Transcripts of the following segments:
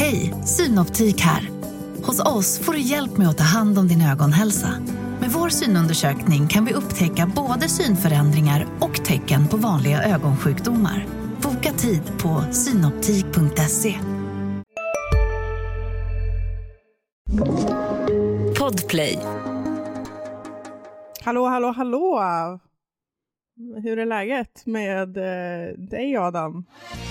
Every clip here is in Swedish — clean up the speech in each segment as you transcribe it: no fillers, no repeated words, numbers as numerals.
Hej, Synoptik här. Hos oss får du hjälp med att ta hand om din ögonhälsa. Med vår synundersökning kan vi upptäcka både synförändringar och tecken på vanliga ögonsjukdomar. Boka tid på synoptik.se. Podplay. Hallå. Hur är läget med dig, Adam?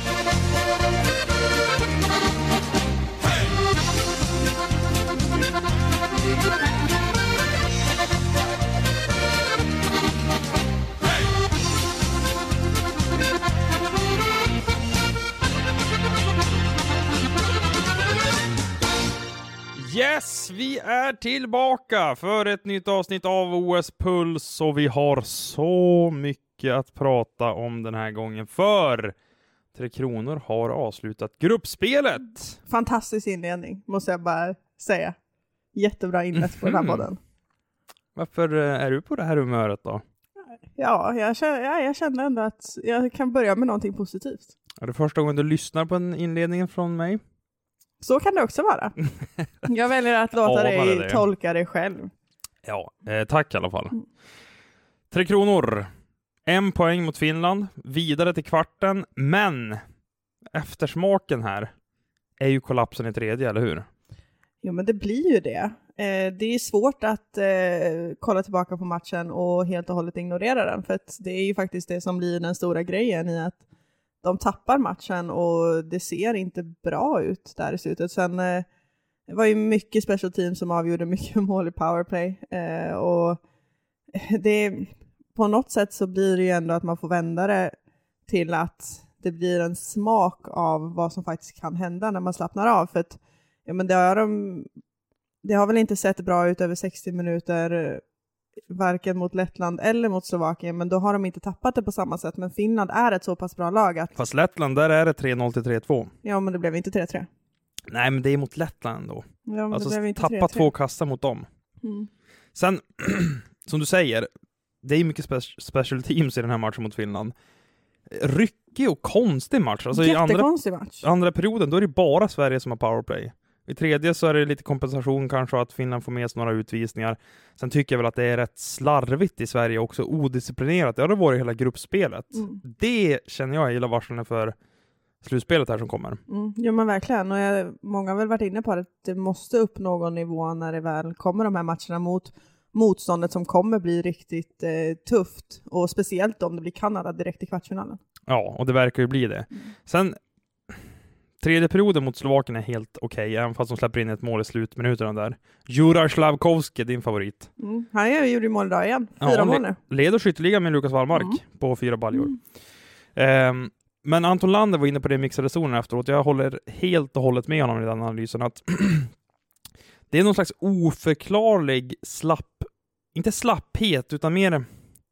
Yes, vi är tillbaka för ett nytt avsnitt av OS Puls och vi har så mycket att prata om den här gången för Tre Kronor har avslutat gruppspelet. Fantastisk inledning, måste jag bara säga. Jättebra inlett på den här podden. Varför är du på det här humöret då? Ja, jag känner ändå att jag kan börja med någonting positivt. Är det första gången du lyssnar på en inledning från mig? Så kan det också vara. Jag väljer att låta dig tolka det själv. Ja, tack i alla fall. Tre Kronor. 1 poäng mot Finland. Vidare till kvarten. Men eftersmaken här är ju kollapsen i tredje, eller hur? Jo, men det blir ju det. Det är svårt att kolla tillbaka på matchen och helt och hållet ignorera den. För att det är ju faktiskt det som blir den stora grejen i att de tappar matchen och det ser inte bra ut där i slutet. Sen det var ju mycket special team som avgjorde mycket mål i powerplay. Och det, på något sätt så blir det ju ändå att man får vända det till att det blir en smak av vad som faktiskt kan hända när man slappnar av. För att ja, men det har väl inte sett bra ut över 60 minuter varken mot Lettland eller mot Slovakien, men då har de inte tappat det på samma sätt. Men Finland är ett så pass bra lag att... Fast Lettland, där är det 3-0 till 3-2. Ja, men det blev inte 3-3. Nej, men det är mot Lettland då. Ja, men alltså det blev inte tappa 3-3. 2 kastar mot dem. Sen, som du säger, det är mycket special teams i den här matchen mot Finland. Ryckig och konstig match. Alltså jättekonstig match. Andra perioden, då är det bara Sverige som har powerplay. I tredje så är det lite kompensation kanske att Finland får med sig några utvisningar. Sen tycker jag väl att det är rätt slarvigt i Sverige också, odisciplinerat. Det har varit hela gruppspelet. Det känner jag illavarslande för slutspelet här som kommer. Ja, men verkligen. Och många har väl varit inne på att det måste upp någon nivå när det väl kommer de här matcherna mot motståndet som kommer bli riktigt tufft. Och speciellt om det blir Kanada direkt i kvartsfinalen. Ja, och det verkar ju bli det. Sen tredje perioden mot Slovakien är helt okej, även fast de släpper in ett mål i slutminuterna där. Juraj Slavkovski, din favorit. Han gjorde mål idag igen. 4 mål nu. Leder skytteligan med Lukas Wallmark på 4 baljor. Men Anton Lander var inne på det i mixade zonen efteråt. Jag håller helt och hållet med honom i den analysen att det är någon slags oförklarlig inte slapphet, utan mer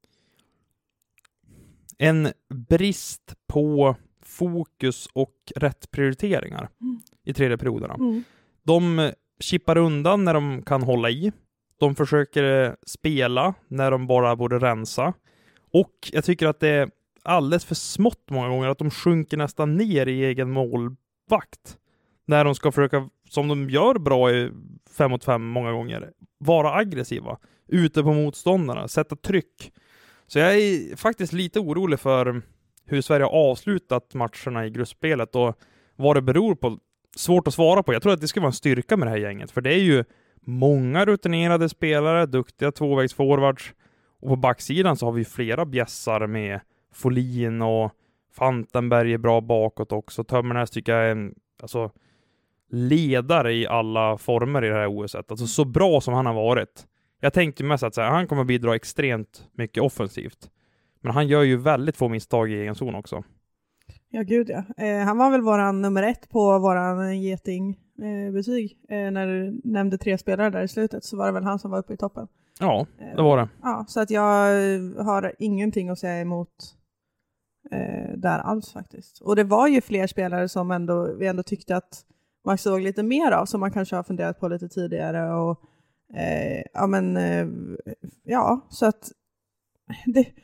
en brist på fokus och rätt prioriteringar i tredje perioderna. De chippar undan när de kan hålla i. De försöker spela när de bara borde rensa. Och jag tycker att det är alldeles för smått många gånger att de sjunker nästan ner i egen målvakt. När de ska försöka, som de gör bra i 5-mot-5 många gånger, vara aggressiva. Ute på motståndarna, sätta tryck. Så jag är faktiskt lite orolig för hur Sverige har avslutat matcherna i gruppspelet och vad det beror på. Svårt att svara på. Jag tror att det ska vara en styrka med det här gänget. För det är ju många rutinerade spelare, duktiga tvåvägsforwards. Och på backsidan så har vi flera bjässar med Folin och Fantenberg är bra bakåt också. Tömmernes tycker jag är en ledare i alla former i det här OS-et. Alltså så bra som han har varit. Jag tänkte mest att han kommer bidra extremt mycket offensivt. Men han gör ju väldigt få misstag i egen zon också. Ja, gud ja. Han var väl våran nummer 1 på våran getingbetyg. När du nämnde 3 spelare där i slutet så var det väl han som var uppe i toppen. Ja, det var det. Ja, så att jag har ingenting att säga emot där alls faktiskt. Och det var ju fler spelare som vi ändå tyckte att man såg lite mer av, som man kanske har funderat på lite tidigare. Och så att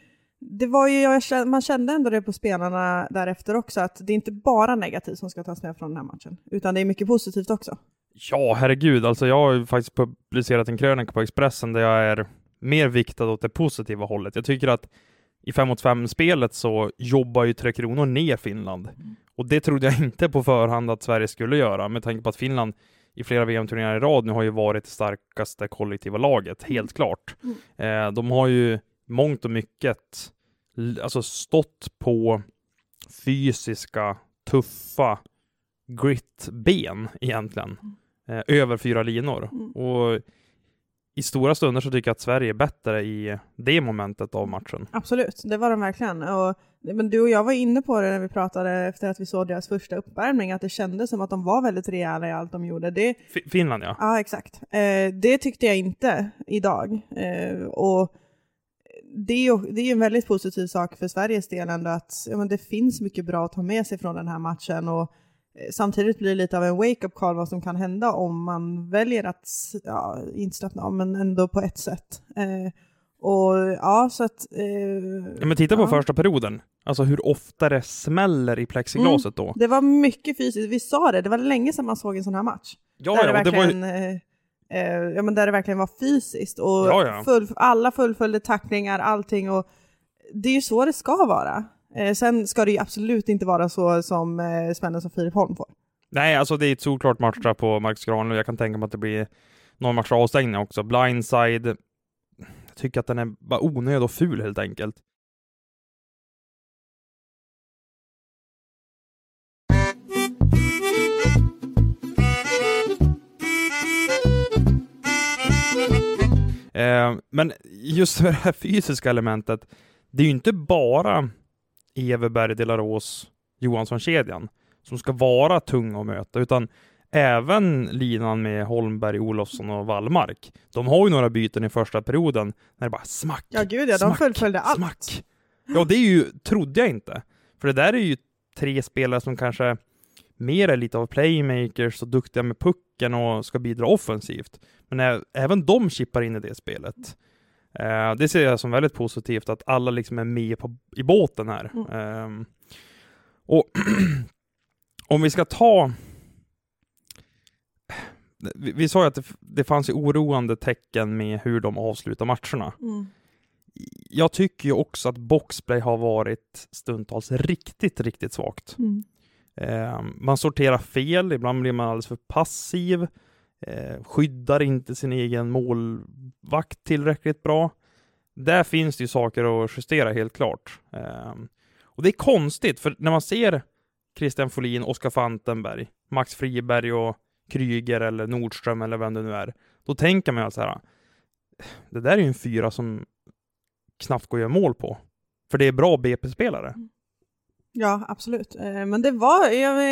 det var ju, man kände ändå det på spelarna därefter också, att det är inte bara negativt som ska tas med från den här matchen, utan det är mycket positivt också. Ja, herregud. Alltså jag har ju faktiskt publicerat en krönika på Expressen där jag är mer viktad åt det positiva hållet. Jag tycker att i 5-mot-5-spelet så jobbar ju Tre Kronor ner Finland. Och det trodde jag inte på förhand att Sverige skulle göra, med tanke på att Finland i flera VM-turneringar i rad nu har ju varit det starkaste kollektiva laget, helt klart. De har ju mångt och mycket alltså stått på fysiska, tuffa grit-ben egentligen. Över 4 linor. Och i stora stunder så tycker jag att Sverige är bättre i det momentet av matchen. Absolut, det var de verkligen. Men du och jag var inne på det när vi pratade efter att vi såg deras första uppvärmning, att det kändes som att de var väldigt rejäla i allt de gjorde. Finland, ja. Ja, exakt. Det tyckte jag inte idag. Och det är ju en väldigt positiv sak för Sveriges del ändå, att det finns mycket bra att ta med sig från den här matchen, och samtidigt blir det lite av en wake-up call vad som kan hända om man väljer att inte slappna av, men ändå på ett sätt. Så att... men titta på första perioden. Alltså hur ofta det smäller i plexiglaset då. Det var mycket fysiskt. Vi sa det var länge sedan man såg en sån här match. Där det verkligen var fysiskt. Och alla fullföljde tacklingar, allting. Och det är ju så det ska vara. Sen ska det ju absolut inte vara så som Spännen som Filip Holm får. Nej, alltså det är ett såklart match där på Marcus Granlund. Jag kan tänka mig att det blir någon match avstängning också. Blindside. Jag tycker att den är bara onödig och ful helt enkelt. Men just det här fysiska elementet, det är ju inte bara Everberg, Delarås, Johansson-kedjan som ska vara tunga att möta, utan även linan med Holmberg, Olofsson och Wallmark. De har ju några byten i första perioden när det bara smack. Ja gud, ja, de fullföljde allt. Smack. Ja, det är ju, trodde jag inte. För det där är ju 3 spelare som kanske mer är lite av playmakers och duktiga med pucken och ska bidra offensivt. Men även de chippar in i det spelet. Det ser jag som väldigt positivt, att alla liksom är med i båten här. Och om vi ska ta... Vi sa ju att det fanns ju oroande tecken med hur de avslutar matcherna. Jag tycker ju också att boxplay har varit stundtals riktigt, riktigt svagt. Man sorterar fel, ibland blir man alldeles för passiv. Skyddar inte sin egen målvakt tillräckligt bra. Där finns det ju saker att justera helt klart. Och det är konstigt, för när man ser Christian Folin, Oskar Fantenberg, Max Friberg och Kryger eller Nordström eller vem det nu är, då tänker man ju så här: det där är ju en 4 som knappt går att göra mål på. För det är bra BP-spelare. Ja, absolut. Men det var...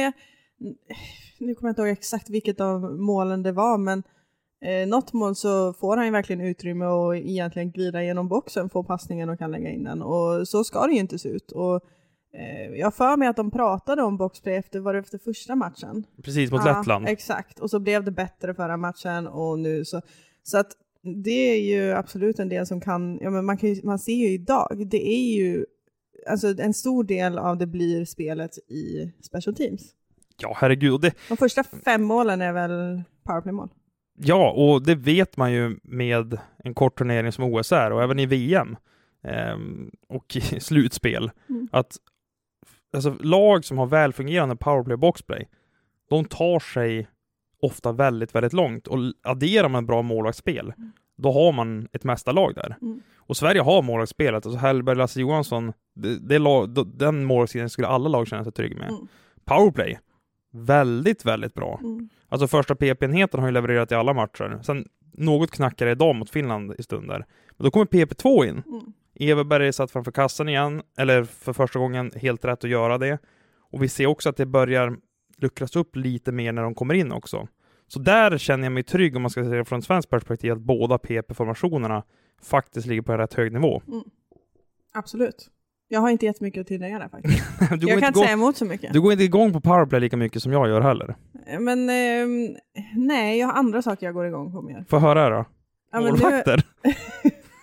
nu kommer jag inte ihåg exakt vilket av målen det var, men något mål så får han ju verkligen utrymme och egentligen glida genom boxen, få passningen och kan lägga in den. Och så ska det ju inte se ut. Och jag för mig att de pratade om boxplay efter första matchen. Precis, mot Lettland. Exakt. Och så blev det bättre förra matchen och nu så att det är ju absolut en del som kan... Ja, men man ser ju idag, det är ju... Alltså en stor del av det blir spelet i special teams. Ja, herregud. De första 5 målen är väl powerplay-mål? Ja, och det vet man ju med en kort turnering som OSR och även i VM och i slutspel. Att alltså, lag som har välfungerande powerplay och boxplay, de tar sig ofta väldigt, väldigt långt. Och adderar man bra målvaktsspel, då har man ett mästarlag där. Och Sverige har målvaktsspelet. Alltså Hellberg, Lasse Johansson, den målvaktstiden skulle alla lag känna sig trygg med. Powerplay, väldigt, väldigt bra. Alltså första PP-enheten har ju levererat i alla matcher. Sen något knackar idag mot Finland i stunder. Men då kommer PP2 in. Everberg satt framför kassan igen, eller för första gången helt rätt att göra det. Och vi ser också att det börjar luckras upp lite mer när de kommer in också. Så där känner jag mig trygg, om man ska se det från ett svenskt perspektiv, att båda PP-formationerna faktiskt ligger på en rätt hög nivå. Absolut. Jag har inte jättemycket att tillägga där faktiskt. Jag kan inte säga emot så mycket. Du går inte igång på powerplay lika mycket som jag gör heller. Men nej, jag har andra saker jag går igång på mer. Få höra då. Ja, målvakter.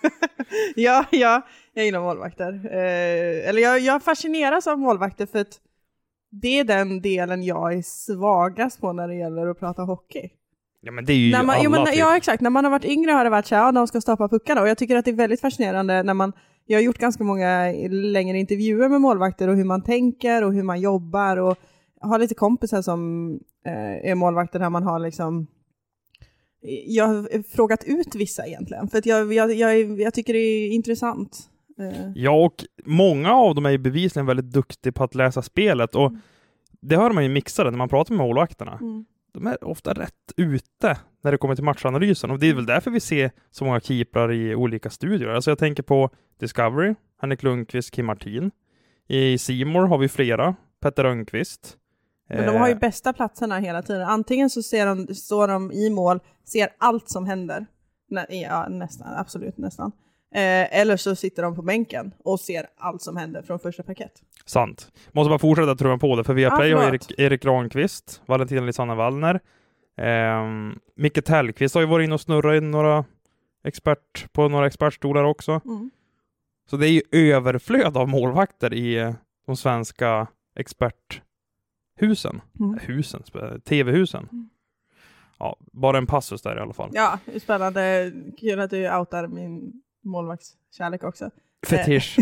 Ja, jag gillar målvakter. Eller jag fascineras av målvakter för att det är den delen jag är svagast på när det gäller att prata hockey. Ja, men det är ju alla ja, exakt. När man har varit yngre har det varit så här, de ska stoppa puckarna. Och jag tycker att det är väldigt fascinerande när jag har gjort ganska många längre intervjuer med målvakter och hur man tänker och hur man jobbar. Och jag har lite kompisar som är målvakter där man har liksom... Jag har frågat ut vissa egentligen. För att jag tycker det är intressant. Ja, och många av dem är ju bevisligen väldigt duktiga på att läsa spelet. Och det hör man ju mixade när man pratar med målvakterna. De är ofta rätt ute när det kommer till matchanalysen. Och det är väl därför vi ser så många keeprar i olika studier. Alltså jag tänker på Discovery, Henrik Lundqvist, Kim Martin. I C More har vi flera, Petter Rönnqvist. Men de har ju bästa platserna hela tiden. Antingen så står de i mål, ser allt som händer. Ja, nästan, absolut nästan. Eller så sitter de på bänken och ser allt som händer från första parkett. Sant. Måste bara fortsätta trumma på det, för vi har play och Erik Granqvist, Valentina Lisanna Wallner, Micke Tellqvist har ju varit inne och snurrat in på några expertstolar också. Så det är ju överflöd av målvakter i de svenska experthusen. TV-husen. Ja, bara en passus där i alla fall. Ja, spännande. Kul att du outar min målvaktskärlek också. Fetisch.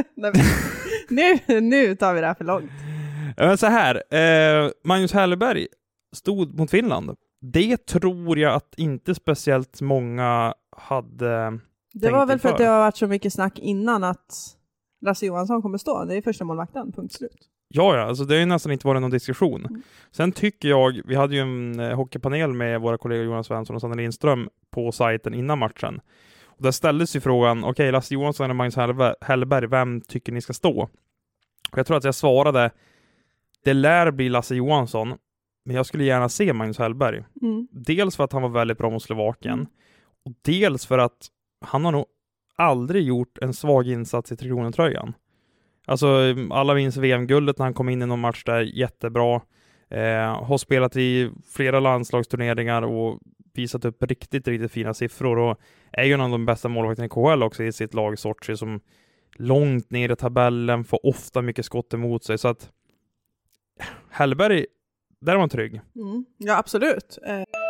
nu tar vi det här för långt. Så här, Magnus Hellberg stod mot Finland. Det tror jag att inte speciellt många hade. Det var väl för att det har varit så mycket snack innan att Lasse Johansson kommer stå. Det är första målvakten, punkt slut. Ja, alltså det har ju nästan inte varit någon diskussion. Sen tycker jag, vi hade ju en hockeypanel med våra kollegor Jonas Svensson och Sanna Lindström på sajten innan matchen. Och där ställdes ju frågan, okej, Lasse Johansson eller Magnus Hellberg, vem tycker ni ska stå? Och jag tror att jag svarade, det lär bli Lasse Johansson, men jag skulle gärna se Magnus Hellberg. Dels för att han var väldigt bra mot Slovakien, och dels för att han har nog aldrig gjort en svag insats i Tre Kronor-tröjan. Alltså, alla minns VM-guldet när han kom in i någon match där, jättebra. Har spelat i flera landslagsturneringar och visat upp riktigt, riktigt fina siffror. Och är ju en av de bästa målvakterna i KHL också i sitt lag Sochi, som långt ner i tabellen, får ofta mycket skott emot sig. Så att Hellberg, där är man trygg. Ja, absolut.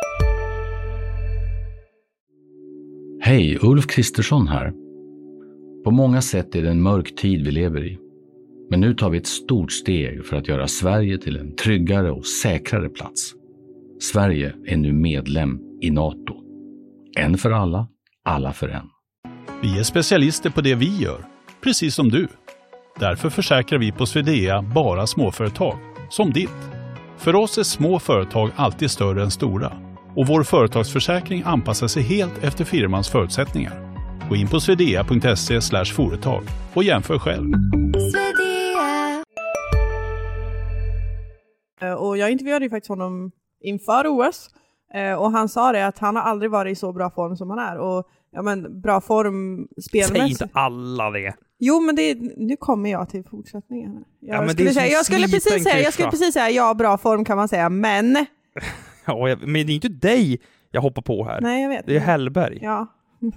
Hej, Ulf Kristersson här. På många sätt är det en mörk tid vi lever i. Men nu tar vi ett stort steg för att göra Sverige till en tryggare och säkrare plats. Sverige är nu medlem i NATO. En för alla, alla för en. Vi är specialister på det vi gör, precis som du. Därför försäkrar vi på Swedea bara småföretag, som ditt. För oss är små företag alltid större än stora. Och vår företagsförsäkring anpassar sig helt efter firmans förutsättningar. Gå in på swedea.se/företag och jämför själv. Och jag intervjuade ju faktiskt honom inför OS. Och han sa det att han har aldrig varit i så bra form som han är. Och ja, men bra form spelmässigt. Säg inte alla det. Jo, men nu kommer jag till fortsättningen. Jag skulle precis säga ja, bra form kan man säga, men... Ja, men det är inte dig jag hoppar på här. Nej, jag vet. Det är Hellberg. Ja.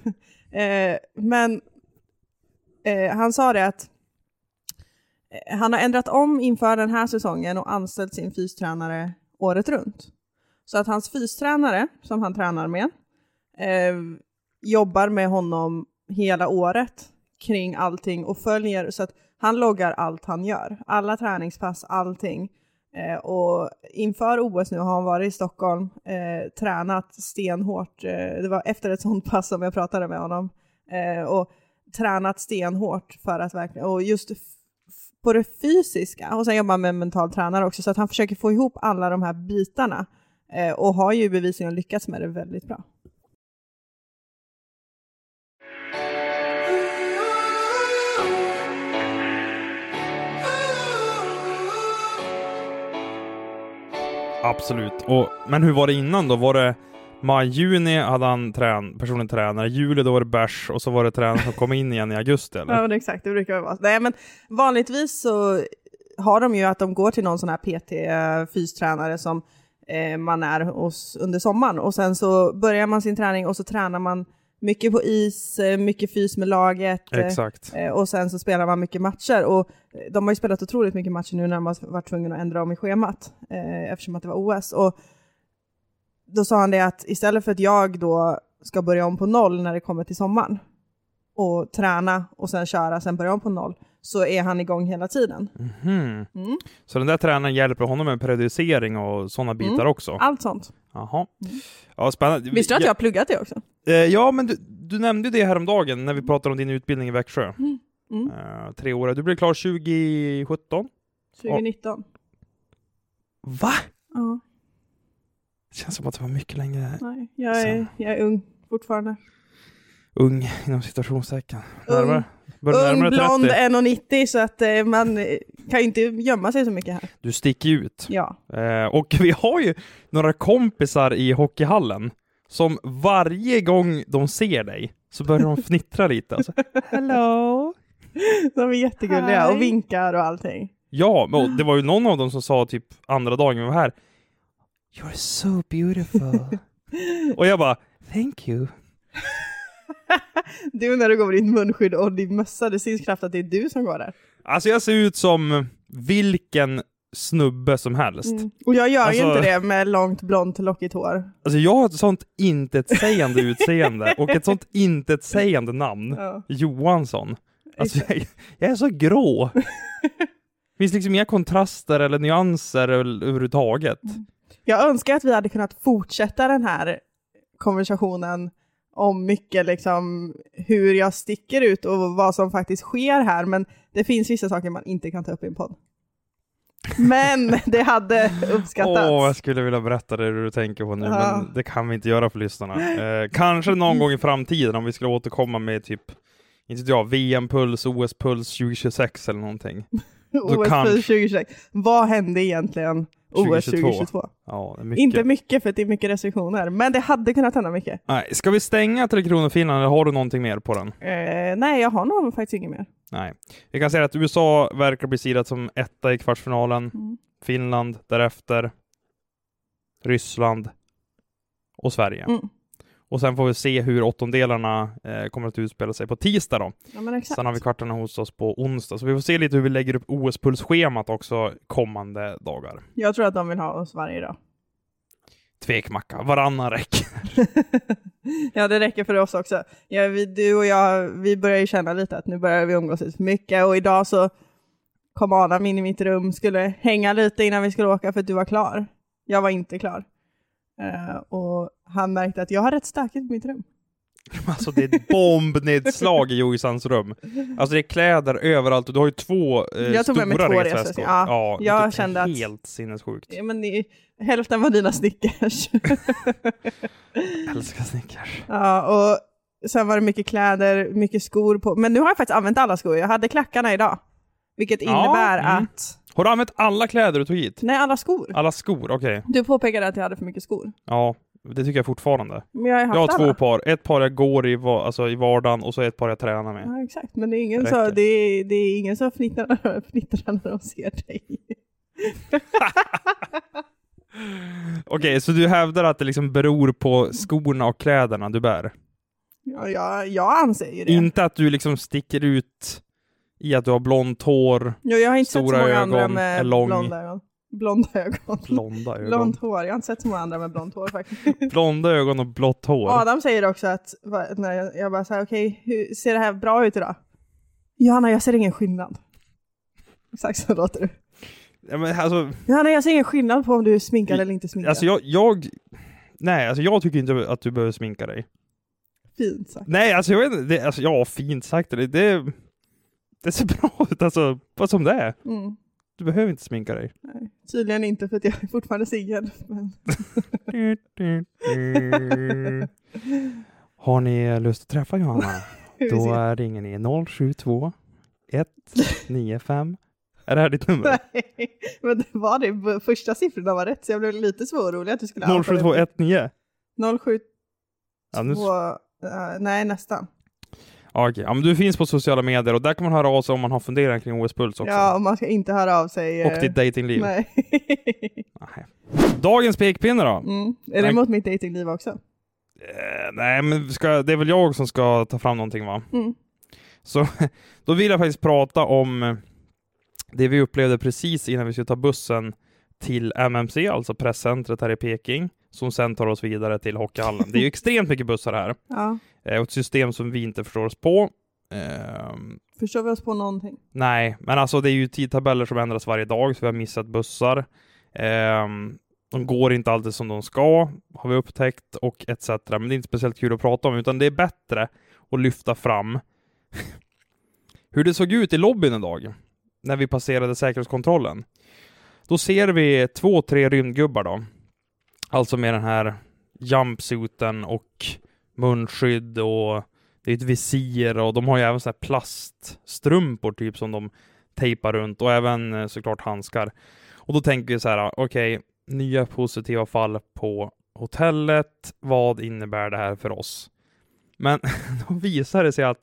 Men han sa det att han har ändrat om inför den här säsongen och anställt sin fystränare året runt. Så att hans fystränare som han tränar med jobbar med honom hela året kring allting och följer, så att han loggar allt han gör. Alla träningspass, allting. Och inför OS nu har han varit i Stockholm, tränat stenhårt. Det var efter ett sånt pass som jag pratade med honom. Och tränat stenhårt för att verkligen, och just på det fysiska. Och sen jobbar han med mental tränare också, så att han försöker få ihop alla de här bitarna. Och har ju bevisligen lyckats med det väldigt bra. Absolut. Men hur var det innan då? Var det maj-juni hade han personen tränare, juli då var det bärs och så var det tränare som kom in igen i augusti, eller? Ja, men exakt, det brukar vara. Nej, men vanligtvis så har de ju att de går till någon sån här PT-fystränare som man är hos under sommaren, och sen så börjar man sin träning och så tränar man mycket på is, mycket fys med laget. Exakt. Och sen så spelar man mycket matcher. Och de har ju spelat otroligt mycket matcher nu när man var tvungen att ändra om i schemat. Eftersom att det var OS. Och då sa han det att istället för att jag då ska börja om på 0 när det kommer till sommaren. Och träna och sen köra, sen börja om på 0. Så är han igång hela tiden. Så den där tränaren hjälper honom med periodisering och sådana bitar också? Allt sånt. Jaha. Ja, spännande. Visste du att jag har pluggat det också? Ja, men du nämnde ju det här om dagen när vi pratade om din utbildning i Växjö. 3 år. Du blev klar 2017? 2019. Va? Ja. Det känns som att det var mycket längre. Nej, jag är ung fortfarande. Ung inom situationstecken. Ung, blond, 1,90 så att man kan ju inte gömma sig så mycket här. Du sticker ut. Ja. Och vi har ju några kompisar i hockeyhallen som varje gång de ser dig så börjar de fnittra lite. Alltså, hello! De är jättegulliga och vinkar och allting. Ja, men det var ju någon av dem som sa typ andra dagen vi var här, you're so beautiful. Och jag bara, thank you. Du när du går med ditt munskydd och din mössa, det syns knappt att det är du som går där. Alltså jag ser ut som vilken snubbe som helst. Och jag gör ju inte det med långt blont lockigt hår. Alltså jag har ett sånt intetsägande utseende och ett sånt intetsägande namn. Ja. Johansson. Alltså jag är så grå. Finns liksom inga kontraster eller nyanser överhuvudtaget. Jag önskar att vi hade kunnat fortsätta den här konversationen om mycket liksom hur jag sticker ut och vad som faktiskt sker här, men det finns vissa saker man inte kan ta upp i en podd. Men det hade uppskattats. Jag skulle vilja berätta det du tänker på nu, men det kan vi inte göra för lyssnarna. Kanske någon gång i framtiden om vi skulle återkomma med typ, inte jag, VM-puls, OS-puls 2026 eller någonting. OS-puls 2026. Vad hände egentligen? OS 2022. Ja, det är mycket. Inte mycket för att det är mycket restriktioner. Men det hade kunnat hända mycket. Nej, ska vi stänga 3 kronor Finland eller har du någonting mer på den? Nej, jag har nog faktiskt inget mer. Nej. Vi kan säga att USA verkar bli sidat som 1 i kvartsfinalen. Finland därefter. Ryssland. Och Sverige. Och sen får vi se hur åttondelarna kommer att utspela sig på tisdag då. Ja, men exakt. Sen har vi kvartarna hos oss på onsdag. Så vi får se lite hur vi lägger upp OS-pulsschemat också kommande dagar. Jag tror att de vill ha oss varje dag. Tvekmacka, varannan räcker. Ja, det räcker för oss också. Ja, du och jag, vi börjar ju känna lite att nu börjar vi umgås lite för mycket. Och idag så kom Adam in i mitt rum, skulle hänga lite innan vi skulle åka för att du var klar. Jag var inte klar. Och han märkte att jag har rätt stökigt på mitt rum. Alltså det är ett bombnedslag i Joisans rum. Alltså det är kläder överallt och du har ju 2 stora resväskor. Ja, jag kände att helt sinnessjukt. Ja, men hälften var dina Snickers. Jag älskar Snickers. Ja, och sen var det mycket kläder, mycket skor på. Men nu har jag faktiskt använt alla skor. Jag hade klackarna idag. Vilket innebär att... Har du använt alla kläder du tog hit? Nej, alla skor. Alla skor, okej. Okay. Du påpekade att jag hade för mycket skor. Ja, det tycker jag fortfarande. Men jag har 2 par. Ett par jag går i vardagen och så ett par jag tränar med. Ja, exakt. Men det är ingen, det är ingen som fnittrar när de ser dig. Okej, så du hävdar att det liksom beror på skorna och kläderna du bär? Ja, jag anser ju det. Inte att du liksom sticker ut i att du har blont hår, jag har inte stora sett så många ögon, andra med blonda ögon. Blonda ögon. Blont hår. Jag har inte sett så många andra med blont hår faktiskt. Blonda ögon och blått hår. Adam säger också att när jag bara säger okej, hur ser det här bra ut idag? Johanna, jag ser ingen skillnad. Exakt så låter du. Ja, men alltså, Johanna, jag ser ingen skillnad på om du är sminkad eller inte sminkad. Alltså jag tycker inte att du behöver sminka dig. Fint sagt. Nej, alltså jag vet inte, ja, fint sagt. Det ser bra ut, alltså, vad som det är. Du behöver inte sminka dig. Nej, tydligen inte för att jag är fortfarande singel. Men... Har ni lust att träffa Johanna? Då ringer ni 072 195. Är det här ditt nummer? Nej, men det var det. Första siffrorna var rätt så jag blev lite svårorolig att du skulle... 07219? 072... nej, nästan. Okej, ja, men du finns på sociala medier och där kan man höra av sig om man har funderingar kring OS-puls också. Ja, och man ska inte höra av sig. Och ditt datingliv. Nej. Dagens pekpinne då? Är det mot mitt datingliv också? Nej, men det är väl jag som ska ta fram någonting, va? Så då vill jag faktiskt prata om det vi upplevde precis innan vi skulle ta bussen till MMC, alltså presscentret här i Peking, som sen tar oss vidare till hockeyhallen. Det är ju extremt mycket bussar här. Ja. Och ett system som vi inte förstår oss på. Förstår vi oss på någonting? Nej, men alltså det är ju tidtabeller som ändras varje dag, så vi har missat bussar. De går inte alltid som de ska, har vi upptäckt, och etc. Men det är inte speciellt kul att prata om, utan det är bättre att lyfta fram hur det såg ut i lobbyn en dag när vi passerade säkerhetskontrollen. Då ser vi 2-3 rymdgubbar då. Alltså med den här jumpsuiten och munskydd, och det är ett visir, och de har ju även så här plaststrumpor typ som de tejpar runt, och även såklart handskar. Och då tänker vi så här: okej, nya positiva fall på hotellet. Vad innebär det här för oss? Men då visar det sig att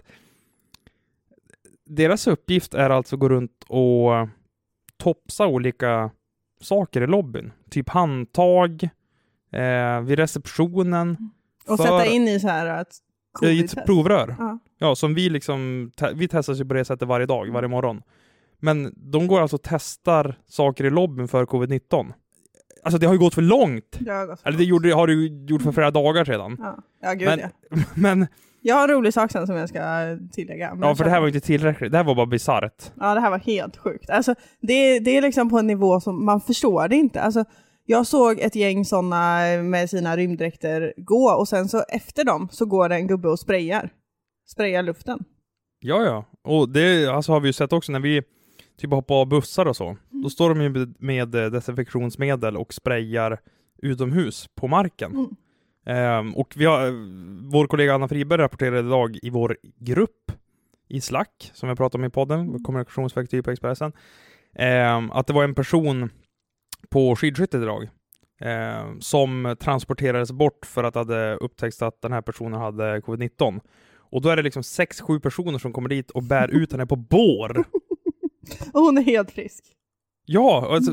deras uppgift är alltså att gå runt och topsa olika saker i lobbyn. Typ handtag vid receptionen. Och sätta in i så här att i ett provrör. Ja. Ja, som vi liksom vi testas ju på det sättet varje dag, varje morgon. Men de går alltså och testar saker i lobbyn för covid-19. Alltså det har ju gått för långt. Det har du gjort för flera dagar sedan. Ja gud, men jag har en rolig sak sen som jag ska tillägga. Men för det här var inte tillräckligt. Det här var bara bizarrt. Ja, det här var helt sjukt. Alltså, det är liksom på en nivå som man förstår det inte. Alltså, jag såg ett gäng sådana med sina rymddräkter gå, och sen så efter dem så går det en gubbe och sprayar luften. Ja. Och det alltså, har vi ju sett också när vi typ hoppar av bussar och så. Då står de ju med desinfektionsmedel och sprayar utomhus på marken. Och vår kollega Anna Friberg rapporterade idag i vår grupp i Slack, som jag pratade om i podden, kommunikationsverktyg på Expressen, att det var en person på skidskyttet idag som transporterades bort för att det hade upptäckts att den här personen hade covid-19. Och då är det liksom 6-7 personer som kommer dit och bär ut henne på bår. Och hon är helt frisk. Ja, alltså,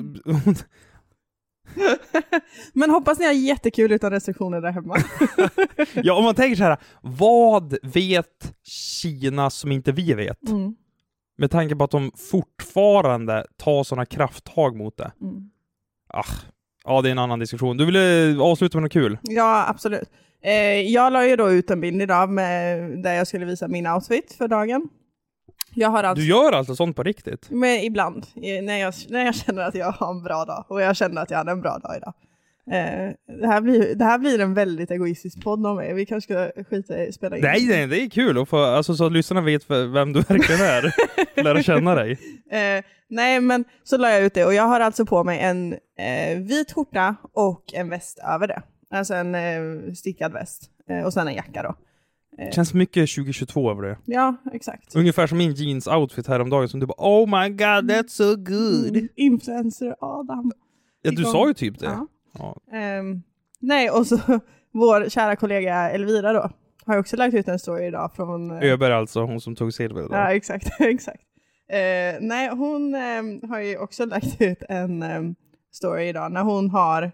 men hoppas ni har jättekul utan restriktioner där hemma. Ja, om man tänker så här, vad vet Kina som inte vi vet? Med tanke på att de fortfarande tar sådana krafttag mot det. Ja, det är en annan diskussion. Du ville avsluta med något kul? Ja, absolut. Jag la ju då ut en bild idag där jag skulle visa min outfit för dagen. Du gör alltså sånt på riktigt? Men ibland, när jag känner att jag har en bra dag. Och jag känner att jag hade en bra dag idag. Det här blir en väldigt egoistisk podd om mig. Vi kanske ska skita i spela in. Nej, det är kul att få, alltså, så att lyssnarna vet vem du verkligen är. Lära känna dig. Nej, men så la jag ut det. Och jag har alltså på mig en vit skjorta och en väst över det. Alltså en stickad väst. Och sen en jacka då. Känns mycket 2022 över det. Ja, exakt. Ungefär som min jeans-outfit häromdagen som du bara, oh my god, that's so good. Influencer Adam. Ja, du sa ju typ det. Ja. Nej, och så vår kära kollega Elvira då har också lagt ut en story idag från... Öberg alltså, hon som tog silver idag. Ja, exakt. Nej, hon har ju också lagt ut en story idag när hon har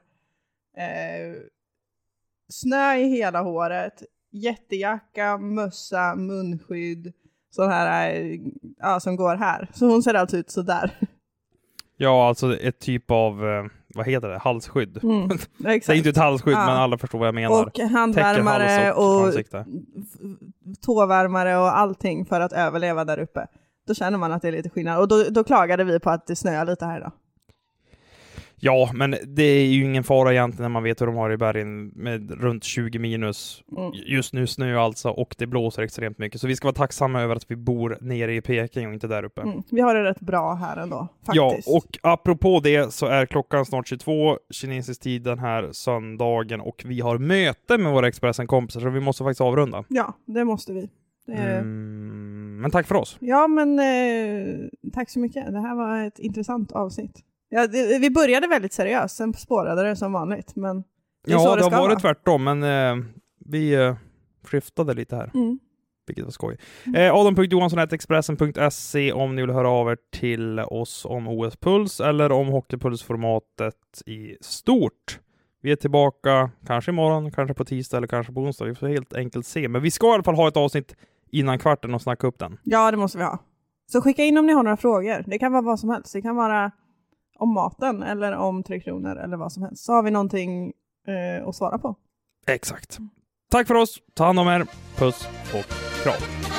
snö i hela håret, jättejacka, mössa, munskydd, sån här som går här. Så hon ser alltså ut så där. Ja, alltså ett typ av vad heter det? Halsskydd. Exakt. Det är inte ett halsskydd, men alla förstår vad jag menar. Och handvärmare och tåvärmare och allting för att överleva där uppe. Då känner man att det är lite skillnad. Och då klagade vi på att det snöar lite här idag. Ja, men det är ju ingen fara egentligen när man vet hur de har i bergen med runt 20 minus. Just nu snö alltså, och det blåser extremt mycket. Så vi ska vara tacksamma över att vi bor nere i Peking och inte där uppe. Vi har det rätt bra här ändå, faktiskt. Ja, och apropå det så är klockan snart 22 kinesisk tid den här söndagen, och vi har möte med våra Expressen-kompisar, så vi måste faktiskt avrunda. Ja, det måste vi. Men tack för oss. Ja, men tack så mycket. Det här var ett intressant avsnitt. Ja, vi började väldigt seriöst, sen spårade det som vanligt. Men det är så det har varit tvärtom, men vi skiftade lite här. Vilket var skoj. Adam.Johansson@expressen.se om ni vill höra av er till oss om OS-puls eller om hockeypulsformatet i stort. Vi är tillbaka kanske imorgon, kanske på tisdag eller kanske på onsdag. Vi får helt enkelt se. Men vi ska i alla fall ha ett avsnitt innan kvarten och snacka upp den. Ja, det måste vi ha. Så skicka in om ni har några frågor. Det kan vara vad som helst. Det kan vara om maten eller om 3 kronor eller vad som helst. Så har vi någonting att svara på. Exakt. Tack för oss. Ta hand om er. Puss och kram.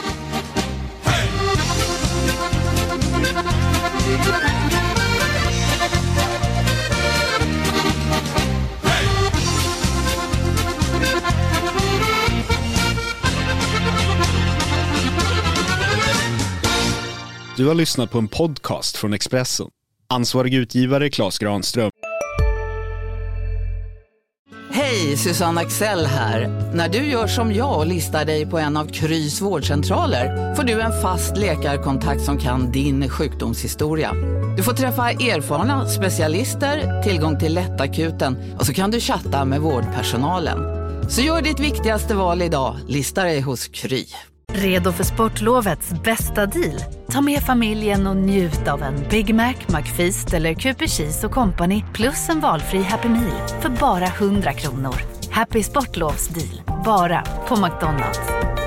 Du har lyssnat på en podcast från Expressen. Ansvarig utgivare Claes Granström. Hej, Susanne Axel här. När du gör som jag och listar dig på en av Krys vårdcentraler får du en fast läkarkontakt som kan din sjukdomshistoria. Du får träffa erfarna specialister, tillgång till lättakuten och så kan du chatta med vårdpersonalen. Så gör ditt viktigaste val idag, lista dig hos Kry. Redo för sportlovets bästa deal? Ta med familjen och njut av en Big Mac, McFeast eller Cooper Cheese och Company plus en valfri Happy Meal för bara 100 kronor. Happy Sportlovs deal, bara på McDonald's.